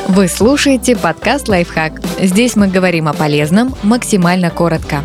Вы слушаете подкаст «Лайфхак». Здесь мы говорим о полезном максимально коротко.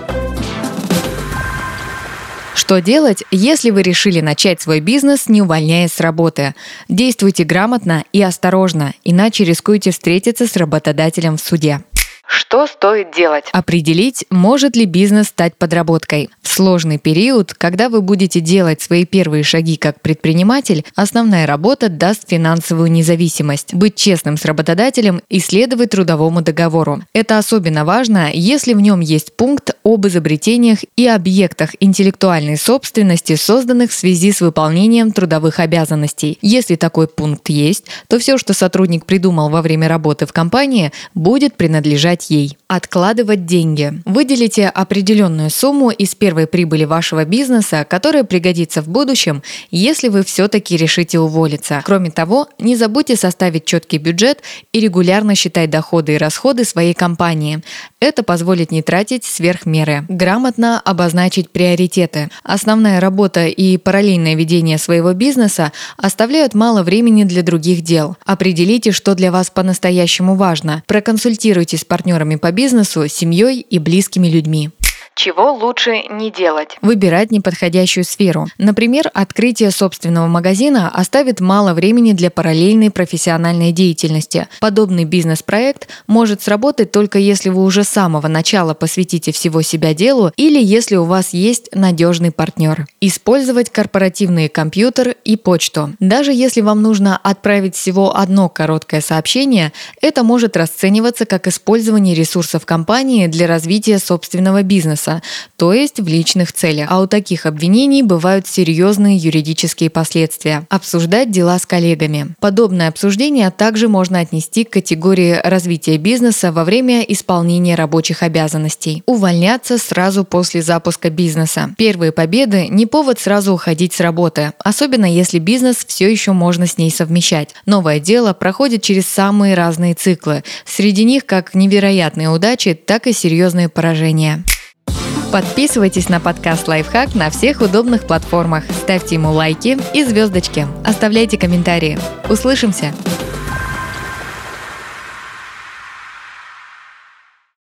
Что делать, если вы решили начать свой бизнес, не увольняясь с работы? Действуйте грамотно и осторожно, иначе рискуете встретиться с работодателем в суде. Что стоит делать? Определить, может ли бизнес стать подработкой. В сложный период, когда вы будете делать свои первые шаги как предприниматель, основная работа даст финансовую независимость. Быть честным с работодателем и следовать трудовому договору. Это особенно важно, если в нем есть пункт об изобретениях и объектах интеллектуальной собственности, созданных в связи с выполнением трудовых обязанностей. Если такой пункт есть, то все, что сотрудник придумал во время работы в компании, будет принадлежать ей. Откладывать деньги. Выделите определенную сумму из первой прибыли вашего бизнеса, которая пригодится в будущем, если вы все-таки решите уволиться. Кроме того, не забудьте составить четкий бюджет и регулярно считать доходы и расходы своей компании. Это позволит не тратить сверх меры. Грамотно обозначить приоритеты. Основная работа и параллельное ведение своего бизнеса оставляют мало времени для других дел. Определите, что для вас по-настоящему важно. Проконсультируйтесь с партнерами по бизнесу, семьей и близкими людьми. Чего лучше не делать? Выбирать неподходящую сферу. Например, открытие собственного магазина оставит мало времени для параллельной профессиональной деятельности. Подобный бизнес-проект может сработать только если вы уже с самого начала посвятите всего себя делу или если у вас есть надежный партнер. Использовать корпоративный компьютер и почту. Даже если вам нужно отправить всего одно короткое сообщение, это может расцениваться как использование ресурсов компании для развития собственного бизнеса, то есть в личных целях. А у таких обвинений бывают серьезные юридические последствия. Обсуждать дела с коллегами. Подобное обсуждение также можно отнести к категории развития бизнеса во время исполнения рабочих обязанностей. Увольняться сразу после запуска бизнеса. Первые победы – не повод сразу уходить с работы, особенно если бизнес все еще можно с ней совмещать. Новое дело проходит через самые разные циклы. Среди них как невероятные удачи, так и серьезные поражения. Подписывайтесь на подкаст «Лайфхак» на всех удобных платформах. Ставьте ему лайки и звездочки. Оставляйте комментарии. Услышимся!